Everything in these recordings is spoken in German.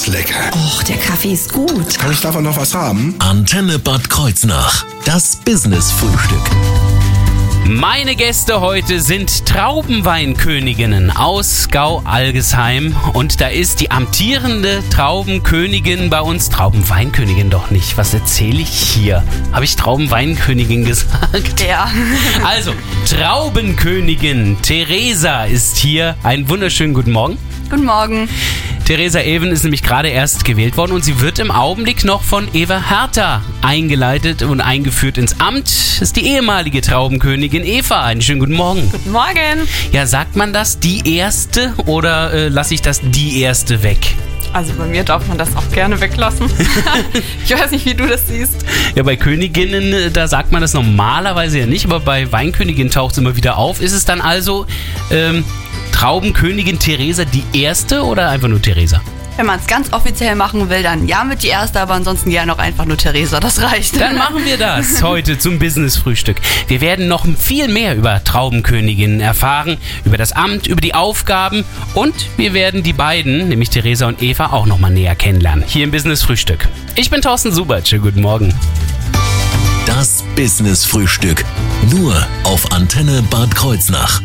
lecker. Och, der Kaffee ist gut. Kann ich davon noch was haben? Antenne Bad Kreuznach. Das Business-Frühstück. Meine Gäste heute sind Traubenweinköniginnen aus Gau-Algesheim und da ist die amtierende Traubenkönigin bei uns. Traubenweinkönigin doch nicht, was erzähle ich hier? Habe ich Traubenweinkönigin gesagt? Ja. Also, Traubenkönigin Theresa ist hier. Einen wunderschönen guten Morgen. Guten Morgen. Theresa Even ist nämlich gerade erst gewählt worden und sie wird im Augenblick noch von Eva Herter eingeleitet und eingeführt ins Amt. Das ist die ehemalige Traubenkönigin Eva. Einen schönen guten Morgen. Guten Morgen. Ja, sagt man das die Erste oder lasse ich das die Erste weg? Also bei mir darf man das auch gerne weglassen. Ich weiß nicht, wie du das siehst. Ja, bei Königinnen, da sagt man das normalerweise ja nicht, aber bei Weinköniginnen taucht es immer wieder auf. Ist es dann also Traubenkönigin Theresa die Erste oder einfach nur Theresa? Wenn man es ganz offiziell machen will, dann ja mit die Erste, aber ansonsten gerne auch einfach nur Theresa, das reicht. Dann machen wir das heute zum Business-Frühstück. Wir werden noch viel mehr über Traubenköniginnen erfahren, über das Amt, über die Aufgaben und wir werden die beiden, nämlich Theresa und Eva, auch noch mal näher kennenlernen. Hier im Business-Frühstück. Ich bin Thorsten Subert. Schönen guten Morgen. Das Business-Frühstück. Nur auf Antenne Bad Kreuznach.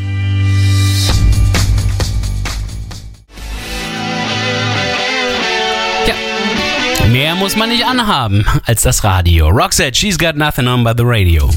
Mehr muss man nicht anhaben als das Radio. Roxette, She's Got Nothing On But The Radio.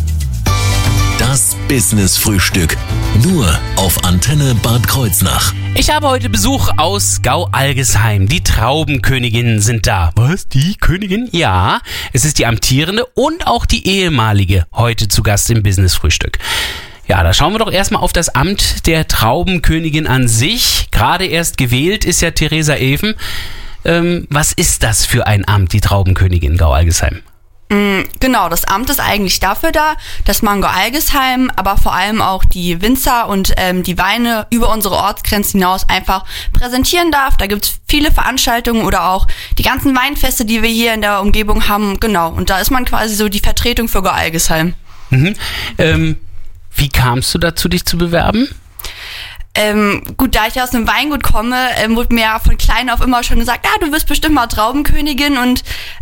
Das Business-Frühstück. Nur auf Antenne Bad Kreuznach. Ich habe heute Besuch aus Gau-Algesheim. Die Traubenköniginnen sind da. Was? Die Königin? Ja, es ist die amtierende und auch die ehemalige heute zu Gast im Business-Frühstück. Ja, da schauen wir doch erstmal auf das Amt der Traubenkönigin an sich. Gerade erst gewählt ist ja Theresa Even. Was ist das für ein Amt, die Traubenkönigin Gau-Algesheim? Genau, das Amt ist eigentlich dafür da, dass man Gau-Algesheim, aber vor allem auch die Winzer und die Weine über unsere Ortsgrenzen hinaus einfach präsentieren darf. Da gibt's viele Veranstaltungen oder auch die ganzen Weinfeste, die wir hier in der Umgebung haben. Genau, und da ist man quasi so die Vertretung für Gau-Algesheim. Mhm. Wie kamst du dazu, dich zu bewerben? Gut, da ich aus einem Weingut komme, wurde mir ja von klein auf immer schon gesagt, ja, du wirst bestimmt mal Traubenkönigin und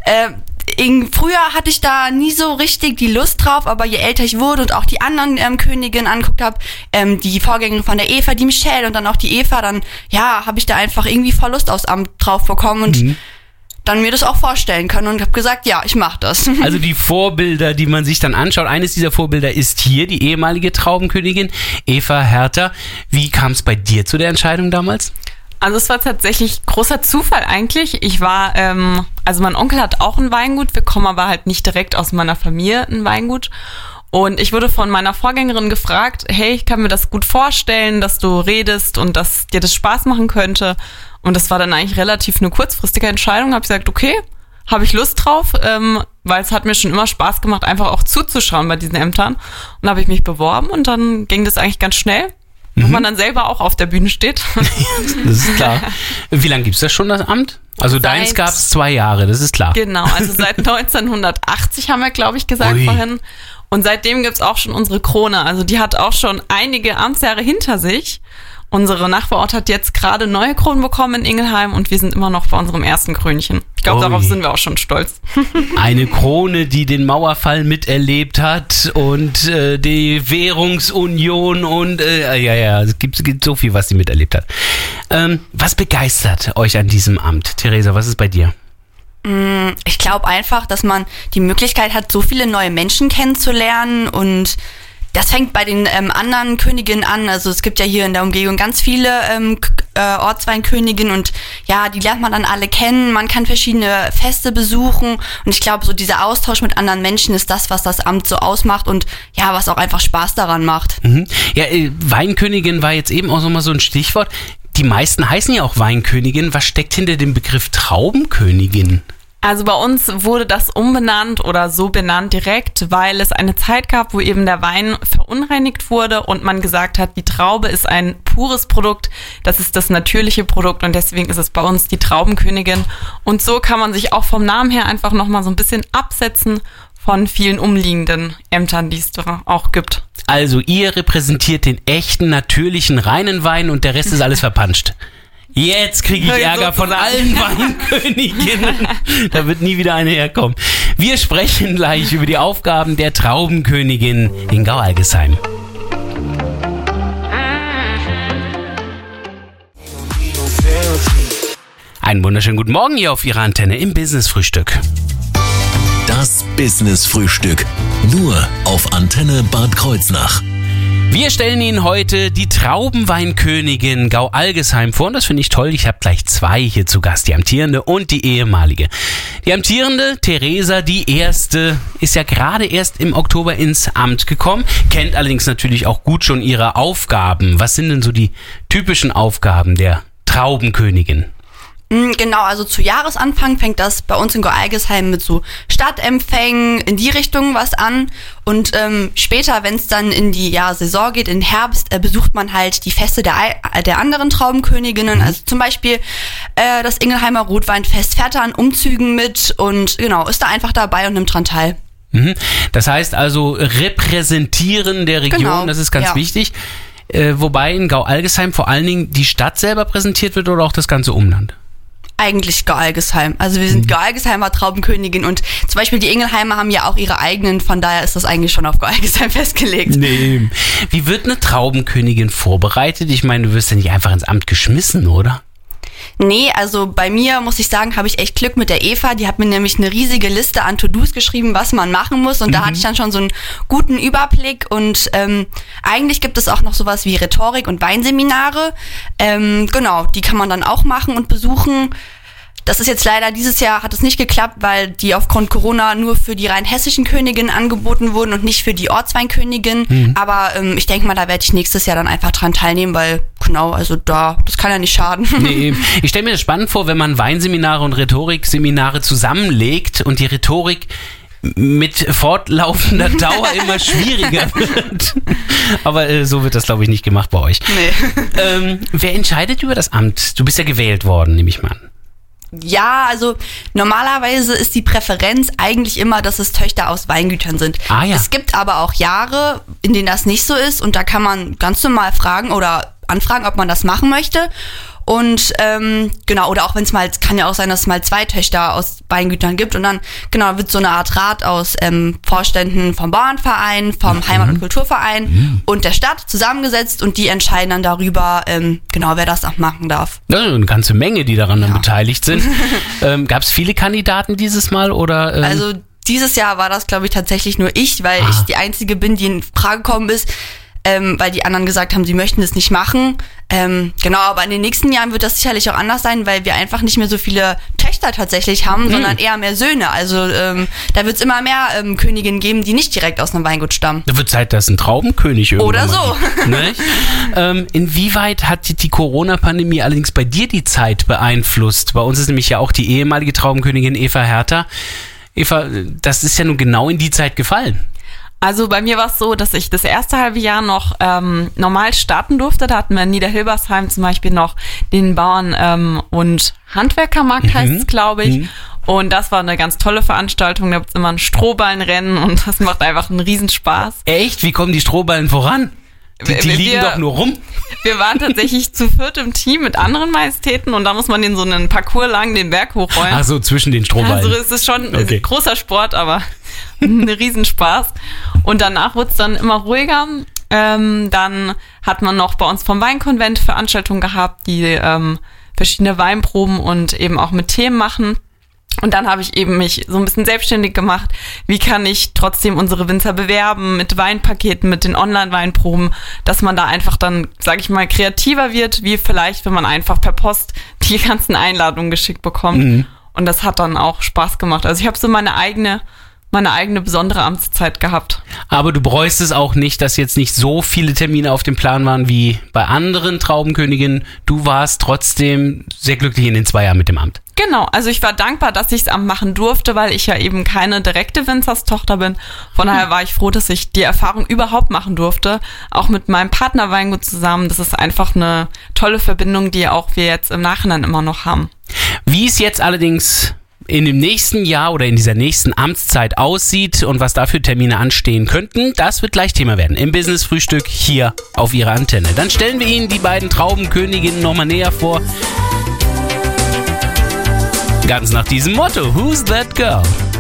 früher hatte ich da nie so richtig die Lust drauf, aber je älter ich wurde und auch die anderen Königinnen angeguckt habe, die Vorgängerin von der Eva, die Michelle und dann auch die Eva, dann ja, habe ich da einfach irgendwie voll Lust aufs Amt drauf bekommen und dann mir das auch vorstellen können und habe gesagt, ja, ich mache das. Also die Vorbilder, die man sich dann anschaut, eines dieser Vorbilder ist hier die ehemalige Traubenkönigin Eva Herter. Wie kam es bei dir zu der Entscheidung damals? Also es war tatsächlich großer Zufall eigentlich. Ich war, also mein Onkel hat auch ein Weingut, wir kommen aber halt nicht direkt aus meiner Familie ein Weingut. Und ich wurde von meiner Vorgängerin gefragt, hey, ich kann mir das gut vorstellen, dass du redest und dass dir das Spaß machen könnte. Und das war dann eigentlich relativ eine kurzfristige Entscheidung. Habe ich gesagt, okay, habe ich Lust drauf, weil es hat mir schon immer Spaß gemacht, einfach auch zuzuschauen bei diesen Ämtern. Und habe ich mich beworben und dann ging das eigentlich ganz schnell, wo man dann selber auch auf der Bühne steht. Das ist klar. Wie lange gibt's das schon, das Amt? Also deins gab's 2 Jahre, das ist klar. Genau, also seit 1980 haben wir, glaube ich, gesagt vorhin. Und seitdem gibt's auch schon unsere Krone. Also die hat auch schon einige Amtsjahre hinter sich. Unsere Nachbarort hat jetzt gerade neue Kronen bekommen in Ingelheim und wir sind immer noch bei unserem ersten Krönchen. Ich glaube, darauf sind wir auch schon stolz. Eine Krone, die den Mauerfall miterlebt hat und die Währungsunion und es gibt so viel, was sie miterlebt hat. Was begeistert euch an diesem Amt? Theresa, was ist bei dir? Ich glaube einfach, dass man die Möglichkeit hat, so viele neue Menschen kennenzulernen und das fängt bei den anderen Königinnen an. Also es gibt ja hier in der Umgebung ganz viele Ortsweinköniginnen und ja, die lernt man dann alle kennen. Man kann verschiedene Feste besuchen und ich glaube, so dieser Austausch mit anderen Menschen ist das, was das Amt so ausmacht und ja, was auch einfach Spaß daran macht. Mhm. Ja, Weinkönigin war jetzt eben auch nochmal so ein Stichwort. Die meisten heißen ja auch Weinkönigin. Was steckt hinter dem Begriff Traubenkönigin? Also bei uns wurde das umbenannt oder so benannt direkt, weil es eine Zeit gab, wo eben der Wein verunreinigt wurde und man gesagt hat, die Traube ist ein pures Produkt, das ist das natürliche Produkt und deswegen ist es bei uns die Traubenkönigin. Und so kann man sich auch vom Namen her einfach nochmal so ein bisschen absetzen von vielen umliegenden Ämtern, die es da auch gibt. Also ihr repräsentiert den echten, natürlichen, reinen Wein und der Rest ist alles verpanscht. Jetzt kriege ich Ärger von allen Weinköniginnen. Da wird nie wieder eine herkommen. Wir sprechen gleich über die Aufgaben der Traubenkönigin in Gau-Algesheim. Einen wunderschönen guten Morgen hier auf Ihrer Antenne im Business-Frühstück. Das Business-Frühstück. Nur auf Antenne Bad Kreuznach. Wir stellen Ihnen heute die Traubenweinkönigin Gau-Algesheim vor und das finde ich toll. Ich habe gleich zwei hier zu Gast, die amtierende und die ehemalige. Die amtierende, Theresa, die erste, ist ja gerade erst im Oktober ins Amt gekommen, kennt allerdings natürlich auch gut schon ihre Aufgaben. Was sind denn so die typischen Aufgaben der Traubenkönigin? Genau, also zu Jahresanfang fängt das bei uns in Gau-Algesheim mit so Stadtempfängen in die Richtung was an und später, wenn es dann in die Saison geht, in Herbst, besucht man halt die Feste der anderen Traubenköniginnen, also zum Beispiel das Ingelheimer Rotweinfest, fährt da an Umzügen mit und genau, ist da einfach dabei und nimmt dran teil. Das heißt also repräsentieren der Region, genau, das ist ganz wichtig, wobei in Gau-Algesheim vor allen Dingen die Stadt selber präsentiert wird oder auch das ganze Umland? Eigentlich Gau-Algesheim. Also wir sind Gau-Algesheimer Traubenkönigin und zum Beispiel die Ingelheimer haben ja auch ihre eigenen, von daher ist das eigentlich schon auf Gau-Algesheim festgelegt. Nee. Wie wird eine Traubenkönigin vorbereitet? Ich meine, du wirst ja nicht einfach ins Amt geschmissen, oder? Nee, also bei mir, muss ich sagen, habe ich echt Glück mit der Eva. Die hat mir nämlich eine riesige Liste an To-Dos geschrieben, was man machen muss. Und da hatte ich dann schon so einen guten Überblick. Und eigentlich gibt es auch noch sowas wie Rhetorik- und Weinseminare. Genau, die kann man dann auch machen und besuchen. Das ist jetzt leider, dieses Jahr hat es nicht geklappt, weil die aufgrund Corona nur für die rein hessischen Königinnen angeboten wurden und nicht für die Ortsweinkönigin. Aber ich denke mal, da werde ich nächstes Jahr dann einfach dran teilnehmen, weil genau, also das kann ja nicht schaden. Nee, ich stelle mir das spannend vor, wenn man Weinseminare und Rhetorikseminare zusammenlegt und die Rhetorik mit fortlaufender Dauer immer schwieriger wird. Aber so wird das, glaube ich, nicht gemacht bei euch. Nee. Wer entscheidet über das Amt? Du bist ja gewählt worden, nehme ich mal an. Ja, also normalerweise ist die Präferenz eigentlich immer, dass es Töchter aus Weingütern sind. Ah, ja. Es gibt aber auch Jahre, in denen das nicht so ist und da kann man ganz normal fragen oder anfragen, ob man das machen möchte. Und genau, oder auch wenn es mal, kann ja auch sein, dass es mal 2 Töchter aus Weingütern gibt und dann genau wird so eine Art Rat aus Vorständen vom Bauernverein, vom Heimat- und Kulturverein und der Stadt zusammengesetzt und die entscheiden dann darüber, genau, wer das auch machen darf. Ja, eine ganze Menge, die daran dann beteiligt sind. Gab es viele Kandidaten dieses Mal oder? Also dieses Jahr war das, glaube ich, tatsächlich nur ich, weil ich die Einzige bin, die in Frage gekommen ist. Weil die anderen gesagt haben, sie möchten das nicht machen. Genau, aber in den nächsten Jahren wird das sicherlich auch anders sein, weil wir einfach nicht mehr so viele Töchter tatsächlich haben, sondern eher mehr Söhne. Also da wird es immer mehr Königinnen geben, die nicht direkt aus einem Weingut stammen. Da wird Zeit, dass ein Traubenkönig irgendwann oder so. Gibt, inwieweit hat die Corona-Pandemie allerdings bei dir die Zeit beeinflusst? Bei uns ist nämlich ja auch die ehemalige Traubenkönigin Eva Herter. Eva, das ist ja nun genau in die Zeit gefallen. Also bei mir war es so, dass ich das erste halbe Jahr noch normal starten durfte. Da hatten wir in Niederhilbersheim zum Beispiel noch den Bauern- und Handwerkermarkt, heißt es, glaube ich. Und das war eine ganz tolle Veranstaltung. Da gibt es immer ein Strohballenrennen und das macht einfach einen Riesenspaß. Echt? Wie kommen die Strohballen voran? Die liegen doch nur rum. Wir waren tatsächlich zu 4 im Team mit anderen Majestäten und da muss man in so einen Parcours lang den Berg hochrollen. Ach so, zwischen den Strohballen. Also es ist schon ein großer Sport, aber ein Riesenspaß. Und danach wurde es dann immer ruhiger. Dann hat man noch bei uns vom Weinkonvent Veranstaltungen gehabt, die verschiedene Weinproben und eben auch mit Themen machen. Und dann habe ich eben mich so ein bisschen selbstständig gemacht. Wie kann ich trotzdem unsere Winzer bewerben mit Weinpaketen, mit den Online-Weinproben, dass man da einfach dann, sage ich mal, kreativer wird, wie vielleicht, wenn man einfach per Post die ganzen Einladungen geschickt bekommt. Und das hat dann auch Spaß gemacht. Also ich habe so meine eigene besondere Amtszeit gehabt. Aber du bereust es auch nicht, dass jetzt nicht so viele Termine auf dem Plan waren wie bei anderen Traubenköniginnen. Du warst trotzdem sehr glücklich in den 2 Jahren mit dem Amt. Genau, also ich war dankbar, dass ich es Amt machen durfte, weil ich ja eben keine direkte Winzerstochter bin. Von daher war ich froh, dass ich die Erfahrung überhaupt machen durfte, auch mit meinem Partner Weingut zusammen. Das ist einfach eine tolle Verbindung, die auch wir jetzt im Nachhinein immer noch haben. Wie ist jetzt allerdings in dem nächsten Jahr oder in dieser nächsten Amtszeit aussieht und was da für Termine anstehen könnten, das wird gleich Thema werden im Business-Frühstück hier auf Ihrer Antenne. Dann stellen wir Ihnen die beiden Traubenköniginnen nochmal näher vor. Ganz nach diesem Motto, Who's That Girl?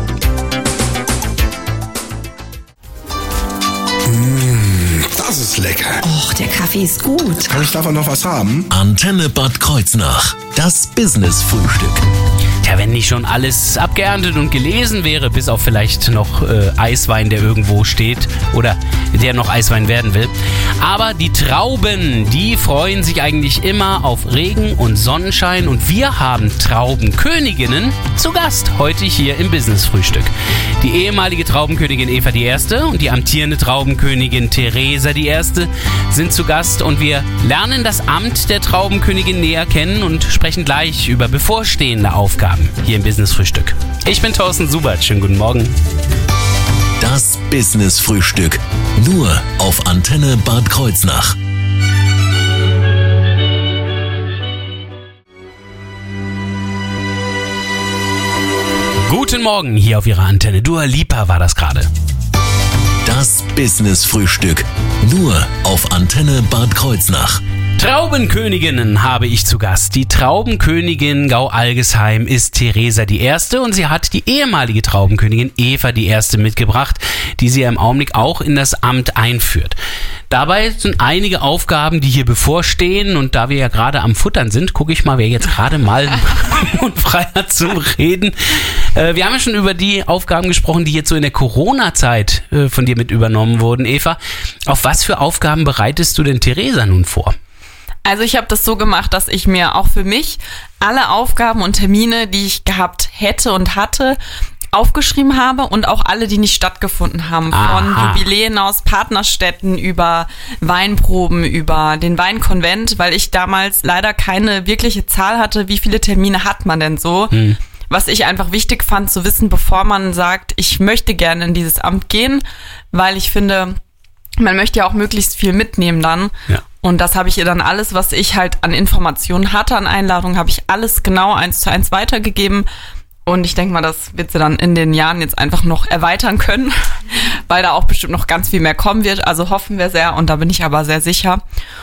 Das ist lecker. Och, der Kaffee ist gut. Kann ich davon noch was haben? Antenne Bad Kreuznach. Das Business-Frühstück. Tja, wenn nicht schon alles abgeerntet und gelesen wäre, bis auf vielleicht noch Eiswein, der irgendwo steht oder der noch Eiswein werden will. Aber die Trauben, die freuen sich eigentlich immer auf Regen und Sonnenschein und wir haben Traubenköniginnen zu Gast heute hier im Business-Frühstück. Die ehemalige Traubenkönigin Eva I. und die amtierende Traubenkönigin Theresa I. sind zu Gast und wir lernen das Amt der Traubenkönigin näher kennen und sprechen gleich über bevorstehende Aufgaben hier im Business-Frühstück. Ich bin Thorsten Subert. Schönen guten Morgen. Das Business-Frühstück. Nur auf Antenne Bad Kreuznach. Guten Morgen hier auf Ihrer Antenne. Dua Lipa war das gerade. Das Business-Frühstück. Nur auf Antenne Bad Kreuznach. Traubenköniginnen habe ich zu Gast. Die Traubenkönigin Gau-Algesheim ist Theresa I. und sie hat die ehemalige Traubenkönigin Eva I. mitgebracht, die sie im Augenblick auch in das Amt einführt. Dabei sind einige Aufgaben, die hier bevorstehen und da wir ja gerade am Futtern sind, gucke ich mal, wer jetzt gerade mal Mund frei hat zum Reden. Wir haben ja schon über die Aufgaben gesprochen, die jetzt so in der Corona-Zeit von dir mit übernommen wurden. Eva, auf was für Aufgaben bereitest du denn Theresa nun vor? Also ich habe das so gemacht, dass ich mir auch für mich alle Aufgaben und Termine, die ich gehabt hätte und hatte, aufgeschrieben habe und auch alle, die nicht stattgefunden haben. Von Jubiläen aus Partnerstädten über Weinproben, über den Weinkonvent, weil ich damals leider keine wirkliche Zahl hatte, wie viele Termine hat man denn so. Was ich einfach wichtig fand zu wissen, bevor man sagt, ich möchte gerne in dieses Amt gehen, weil ich finde, man möchte ja auch möglichst viel mitnehmen dann. Ja. Und das habe ich ihr dann alles, was ich halt an Informationen hatte, an Einladungen, habe ich alles genau 1:1 weitergegeben. Und ich denke mal, das wird sie dann in den Jahren jetzt einfach noch erweitern können, weil da auch bestimmt noch ganz viel mehr kommen wird. Also hoffen wir sehr und da bin ich aber sehr sicher.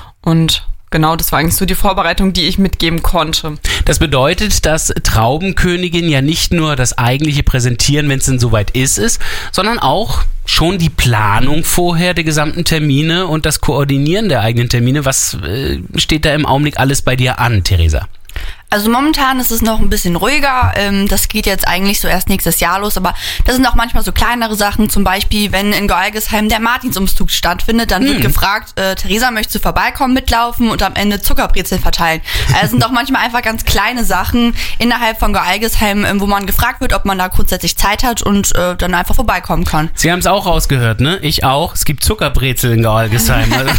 Und genau, das war eigentlich so die Vorbereitung, die ich mitgeben konnte. Das bedeutet, dass Traubenkönigin ja nicht nur das eigentliche Präsentieren, wenn es denn soweit ist, sondern auch schon die Planung vorher der gesamten Termine und das Koordinieren der eigenen Termine. Was steht da im Augenblick alles bei dir an, Theresa? Also momentan ist es noch ein bisschen ruhiger. Das geht jetzt eigentlich so erst nächstes Jahr los, aber das sind auch manchmal so kleinere Sachen. Zum Beispiel, wenn in Gau-Algesheim der Martinsumzug stattfindet, dann wird gefragt, Theresa, möchtest du vorbeikommen, mitlaufen und am Ende Zuckerbrezeln verteilen. Also sind auch manchmal einfach ganz kleine Sachen innerhalb von Gau-Algesheim, wo man gefragt wird, ob man da grundsätzlich Zeit hat und dann einfach vorbeikommen kann. Sie haben es auch rausgehört, ne? Ich auch. Es gibt Zuckerbrezel in Gau-Algesheim. Also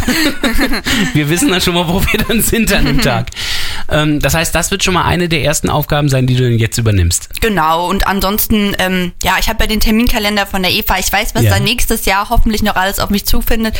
wir wissen dann schon mal, wo wir dann sind an dem Tag. Das heißt, das wird schon mal eine der ersten Aufgaben sein, die du jetzt übernimmst. Genau, und ansonsten, ich habe ja den Terminkalender von der Eva. Ich weiß, was da nächstes Jahr hoffentlich noch alles auf mich zukommt,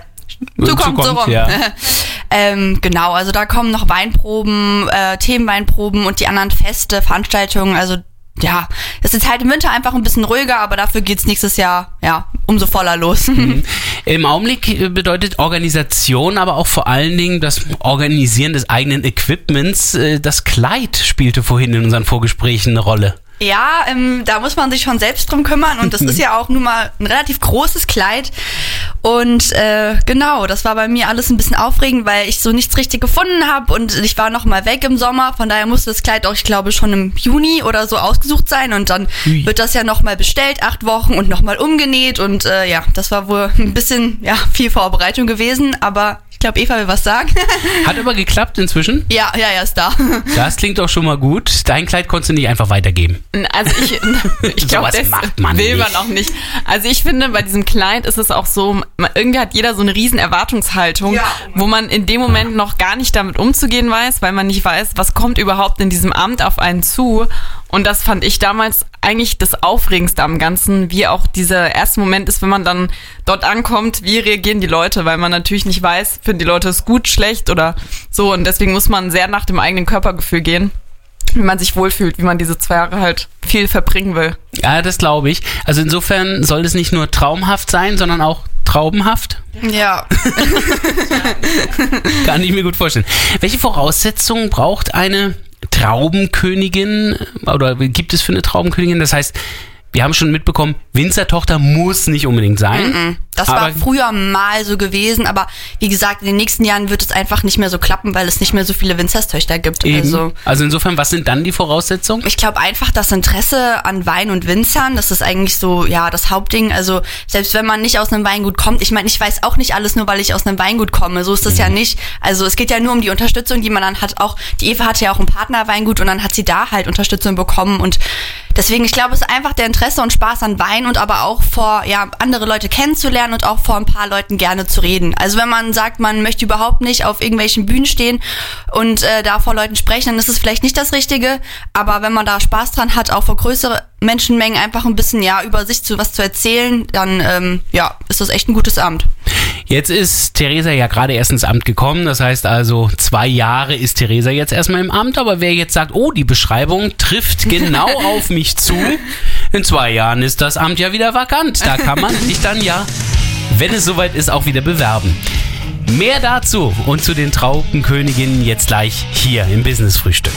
so rum. Ja. Genau, also da kommen noch Weinproben, Themenweinproben und die anderen Feste, Veranstaltungen, also ja, es ist halt im Winter einfach ein bisschen ruhiger, aber dafür geht's nächstes Jahr, umso voller los. Im Augenblick bedeutet Organisation aber auch vor allen Dingen das Organisieren des eigenen Equipments. Das Kleid spielte vorhin in unseren Vorgesprächen eine Rolle. Ja, da muss man sich schon selbst drum kümmern und das ist ja auch nun mal ein relativ großes Kleid und genau, das war bei mir alles ein bisschen aufregend, weil ich so nichts richtig gefunden habe und ich war noch mal weg im Sommer, von daher musste das Kleid auch, ich glaube, schon im Juni oder so ausgesucht sein und dann wird das ja noch mal bestellt, 8 Wochen und noch mal umgenäht und das war wohl ein bisschen viel Vorbereitung gewesen, aber ich glaube, Eva will was sagen. Hat aber geklappt inzwischen? Ja, ist da. Das klingt doch schon mal gut. Dein Kleid konntest du nicht einfach weitergeben. Also ich glaube, das will man auch nicht. Also ich finde, bei diesem Kleid ist es auch so, irgendwie hat jeder so eine riesen Erwartungshaltung, wo man in dem Moment noch gar nicht damit umzugehen weiß, weil man nicht weiß, was kommt überhaupt in diesem Amt auf einen zu. Und das fand ich damals eigentlich das Aufregendste am Ganzen, wie auch dieser erste Moment ist, wenn man dann dort ankommt, wie reagieren die Leute, weil man natürlich nicht weiß, finden die Leute es gut, schlecht oder so und deswegen muss man sehr nach dem eigenen Körpergefühl gehen. wie man sich wohlfühlt, wie man diese 2 Jahre halt viel verbringen will. Ja, das glaube ich. Also insofern soll es nicht nur traumhaft sein, sondern auch traubenhaft. Ja. Kann ich mir gut vorstellen. Welche Voraussetzungen braucht eine Traubenkönigin oder gibt es für eine Traubenkönigin? Das heißt, wir haben schon mitbekommen, Winzertochter muss nicht unbedingt sein. Das war früher mal so gewesen, aber wie gesagt, in den nächsten Jahren wird es einfach nicht mehr so klappen, weil es nicht mehr so viele Winzerstöchter gibt. Eben. Also insofern, was sind dann die Voraussetzungen? Ich glaube einfach das Interesse an Wein und Winzern, das ist eigentlich so, ja, das Hauptding. Also selbst wenn man nicht aus einem Weingut kommt, ich meine, ich weiß auch nicht alles nur, weil ich aus einem Weingut komme. So ist das ja nicht. Also es geht ja nur um die Unterstützung, die man dann hat. Auch die Eva hatte ja auch ein Partnerweingut und dann hat sie da halt Unterstützung bekommen und deswegen, ich glaube, es ist einfach der Interesse und Spaß an Wein und aber auch vor, ja, andere Leute kennenzulernen und auch vor ein paar Leuten gerne zu reden. Also wenn man sagt, man möchte überhaupt nicht auf irgendwelchen Bühnen stehen und da vor Leuten sprechen, dann ist es vielleicht nicht das Richtige. Aber wenn man da Spaß dran hat, auch vor größere Menschenmengen einfach ein bisschen, ja, über sich was zu erzählen, dann, ja, ist das echt ein gutes Amt. Jetzt ist Theresa ja gerade erst ins Amt gekommen, das heißt also 2 Jahre ist Theresa jetzt erstmal im Amt, aber wer jetzt sagt, oh, die Beschreibung trifft genau auf mich zu, in 2 Jahren ist das Amt ja wieder vakant, da kann man sich dann ja, wenn es soweit ist, auch wieder bewerben. Mehr dazu und zu den Traubenköniginnen jetzt gleich hier im Business-Frühstück.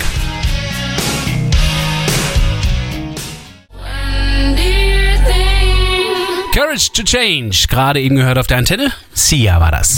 Courage to Change, gerade eben gehört auf der Antenne. Sia war das.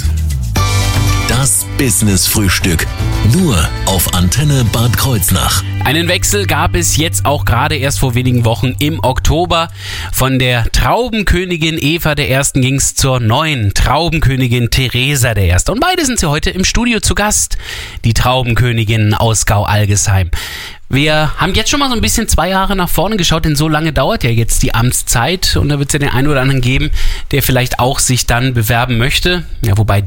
Das Business-Frühstück. Nur auf Antenne Bad Kreuznach. Einen Wechsel gab es jetzt auch gerade erst vor wenigen Wochen im Oktober. Von der Traubenkönigin Eva I. ging es zur neuen Traubenkönigin Theresa I. Und beide sind sie heute im Studio zu Gast. Die Traubenköniginnen aus Gau-Algesheim. Wir haben jetzt schon mal so ein bisschen 2 Jahre nach vorne geschaut, denn so lange dauert ja jetzt die Amtszeit. Und da wird es ja den einen oder anderen geben, der vielleicht auch sich dann bewerben möchte. Ja, wobei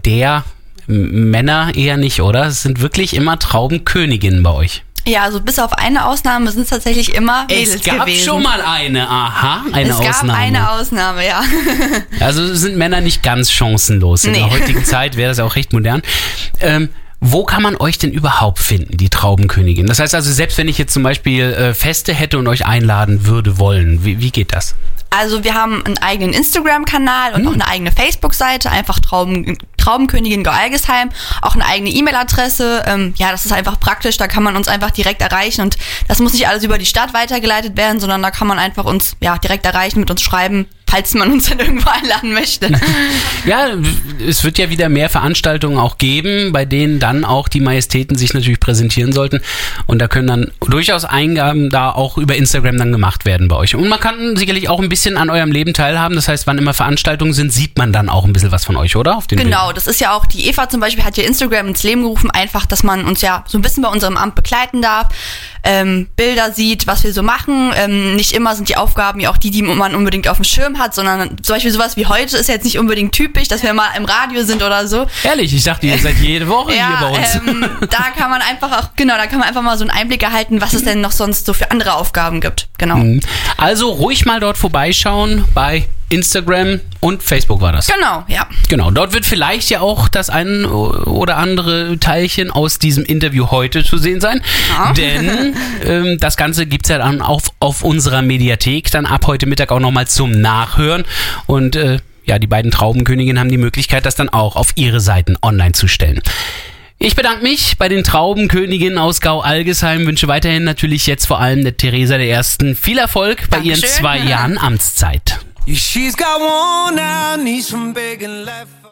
Männer eher nicht, oder? Es sind wirklich immer Traubenköniginnen bei euch. Ja, also bis auf eine Ausnahme sind es tatsächlich immer Mädels gewesen. Es gab schon mal eine, eine Ausnahme. Es gab eine Ausnahme, ja. Also sind Männer nicht ganz chancenlos. In der heutigen Zeit wäre das ja auch recht modern. Wo kann man euch denn überhaupt finden, die Traubenkönigin? Das heißt also, selbst wenn ich jetzt zum Beispiel Feste hätte und euch einladen würde wollen, wie geht das? Also wir haben einen eigenen Instagram-Kanal und auch eine eigene Facebook-Seite, einfach Traubenkönigin Gau-Algesheim, auch eine eigene E-Mail-Adresse. Ja, das ist einfach praktisch, da kann man uns einfach direkt erreichen und das muss nicht alles über die Stadt weitergeleitet werden, sondern da kann man einfach uns direkt erreichen, mit uns schreiben, falls man uns dann irgendwo einladen möchte. Ja, es wird ja wieder mehr Veranstaltungen auch geben, bei denen dann auch die Majestäten sich natürlich präsentieren sollten und da können dann durchaus Eingaben da auch über Instagram dann gemacht werden bei euch. Und man kann sicherlich auch ein bisschen an eurem Leben teilhaben, das heißt, wann immer Veranstaltungen sind, sieht man dann auch ein bisschen was von euch, oder? Auf den Genau, Bildern. Das ist ja auch, die Eva zum Beispiel hat ja Instagram ins Leben gerufen, einfach, dass man uns ja so ein bisschen bei unserem Amt begleiten darf, Bilder sieht, was wir so machen. Nicht immer sind die Aufgaben ja auch die man unbedingt auf dem Schirm hat, sondern zum Beispiel sowas wie heute ist jetzt nicht unbedingt typisch, dass wir mal im Radio sind oder so. Ehrlich, ich dachte, ihr seid jede Woche hier bei uns. Da kann man einfach mal so einen Einblick erhalten, was es denn noch sonst so für andere Aufgaben gibt. Genau. Also ruhig mal dort vorbeischauen bei Instagram und Facebook war das. Genau, ja. Genau, dort wird vielleicht ja auch das ein oder andere Teilchen aus diesem Interview heute zu sehen sein. Ja. Denn das Ganze gibt es ja dann auf unserer Mediathek dann ab heute Mittag auch nochmal zum Nachhören. Und die beiden Traubenköniginnen haben die Möglichkeit, das dann auch auf ihre Seiten online zu stellen. Ich bedanke mich bei den Traubenköniginnen aus Gau-Algesheim, wünsche weiterhin natürlich jetzt vor allem der Theresa I. viel Erfolg bei ihren 2 Jahren Amtszeit. She's got worn out knees from begging life.